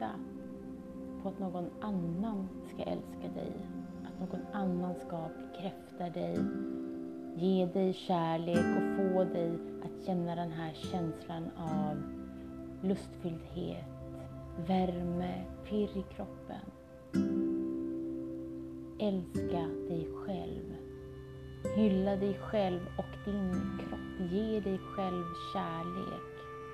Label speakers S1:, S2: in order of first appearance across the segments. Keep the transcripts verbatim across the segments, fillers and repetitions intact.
S1: vänta på att någon annan ska älska dig. Att någon annan ska bekräfta dig, ge dig kärlek och få dig att känna den här känslan av lustfylldhet, värme, pirr i kroppen. Älska dig själv. Hylla dig själv och din kropp. Ge dig själv kärlek.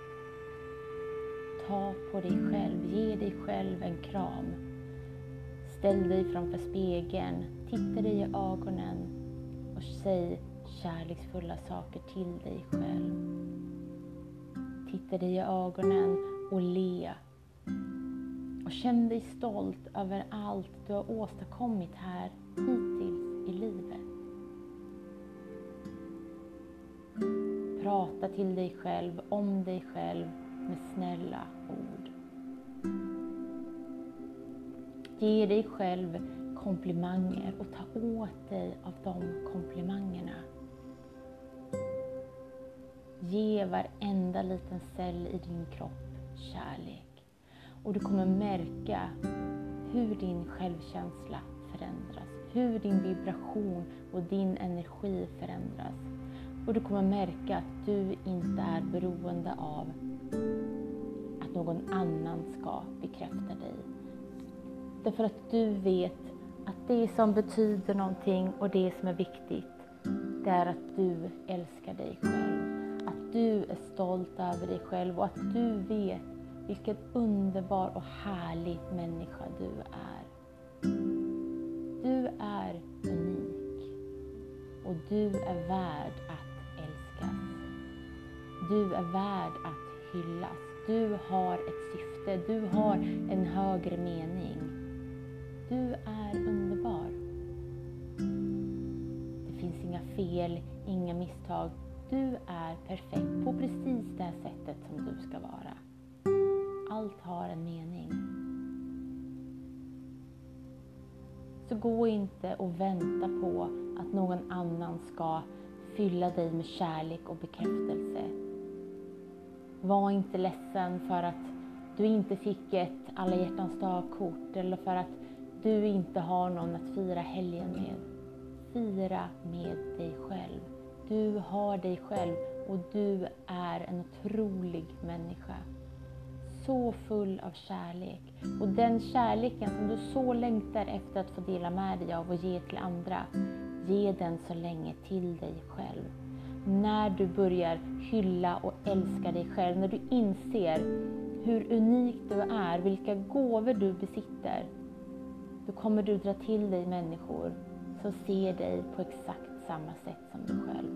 S1: Ta på dig själv. Ge dig själv en kram. Ställ dig framför spegeln. Titta dig i ögonen och säg kärleksfulla saker till dig själv. Titta dig i ögonen och le. Och känn dig stolt över allt du har åstadkommit här hittills i livet. Prata till dig själv, om dig själv med snälla ord. Ge dig själv komplimanger och ta åt dig av de komplimangerna. Ge varenda liten cell i din kropp kärlek. Och du kommer märka hur din självkänsla förändras. Hur din vibration och din energi förändras. Och du kommer märka att du inte är beroende av att någon annan ska bekräfta dig. Därför att du vet att det som betyder någonting och det som är viktigt, det är att du älskar dig själv. Att du är stolt över dig själv och att du vet vilken underbar och härlig människa du är. Du är unik och du är värd att älskas. Du är värd att hyllas. Du har ett syfte, du har en högre mening. Du är underbar. Det finns inga fel, inga misstag. Du är perfekt på precis det sättet som du ska vara. Allt har en mening. Så gå inte och vänta på att någon annan ska fylla dig med kärlek och bekräftelse. Var inte ledsen för att du inte fick ett alla hjärtans dagkort eller för att du inte har någon att fira helgen med. Fira med dig själv. Du har dig själv och du är en otrolig människa. Så full av kärlek. Och den kärleken som du så längtar efter att få dela med dig av och ge till andra, ge den så länge till dig själv. När du börjar hylla och älska dig själv, när du inser hur unik du är, vilka gåvor du besitter, då kommer du dra till dig människor som ser dig på exakt samma sätt som du själv.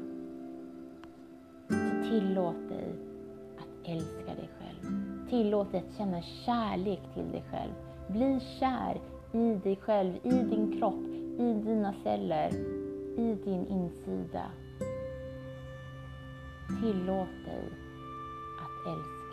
S1: Så tillåt dig att älska dig själv. Tillåt dig att känna kärlek till dig själv. Bli kär i dig själv, i din kropp, i dina celler, i din insida. Tillåt dig att älska.